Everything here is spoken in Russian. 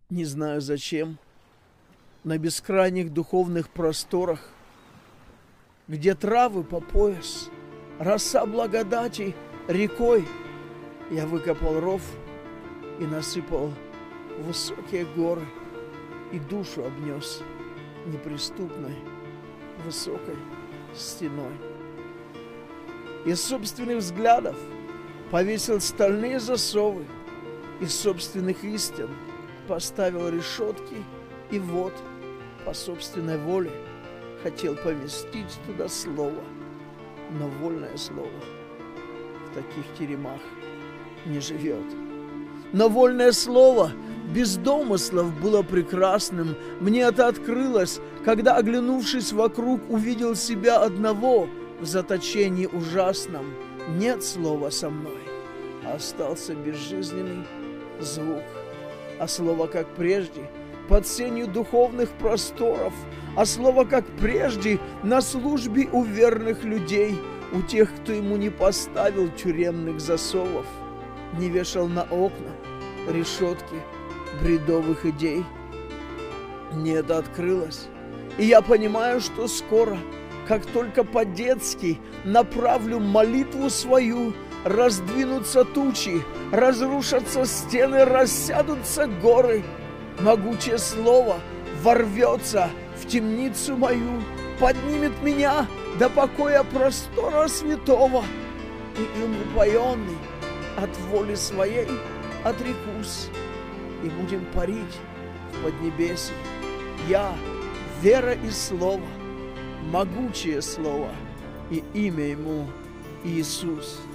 Не знаю зачем, на бескрайних духовных просторах, где травы по пояс, роса благодати рекой, я выкопал ров и насыпал высокие горы и душу обнес неприступной высокой стеной. Из собственных взглядов повесил стальные засовы, из собственных истин поставил решетки, и вот по собственной воле хотел поместить туда слово, но вольное слово в таких теремах не живет. Но вольное слово без домыслов было прекрасным. Мне это открылось, когда, оглянувшись вокруг, увидел себя одного в заточении ужасном. Нет слова со мной, а остался безжизненный звук. А слово, как прежде, под сенью духовных просторов, а слово, как прежде, на службе у верных людей, у тех, кто ему не поставил тюремных засовов, не вешал на окна решетки бредовых идей. Мне это открылось, и я понимаю, что скоро, как только по-детски направлю молитву свою, раздвинутся тучи, разрушатся стены, рассядутся горы. Могучее слово ворвется в темницу мою, поднимет меня до покоя простора святого, и им упоенный от воли своей отрекусь, и будем парить в поднебесье. Я, вера и слово, могучее слово, и имя ему Иисус.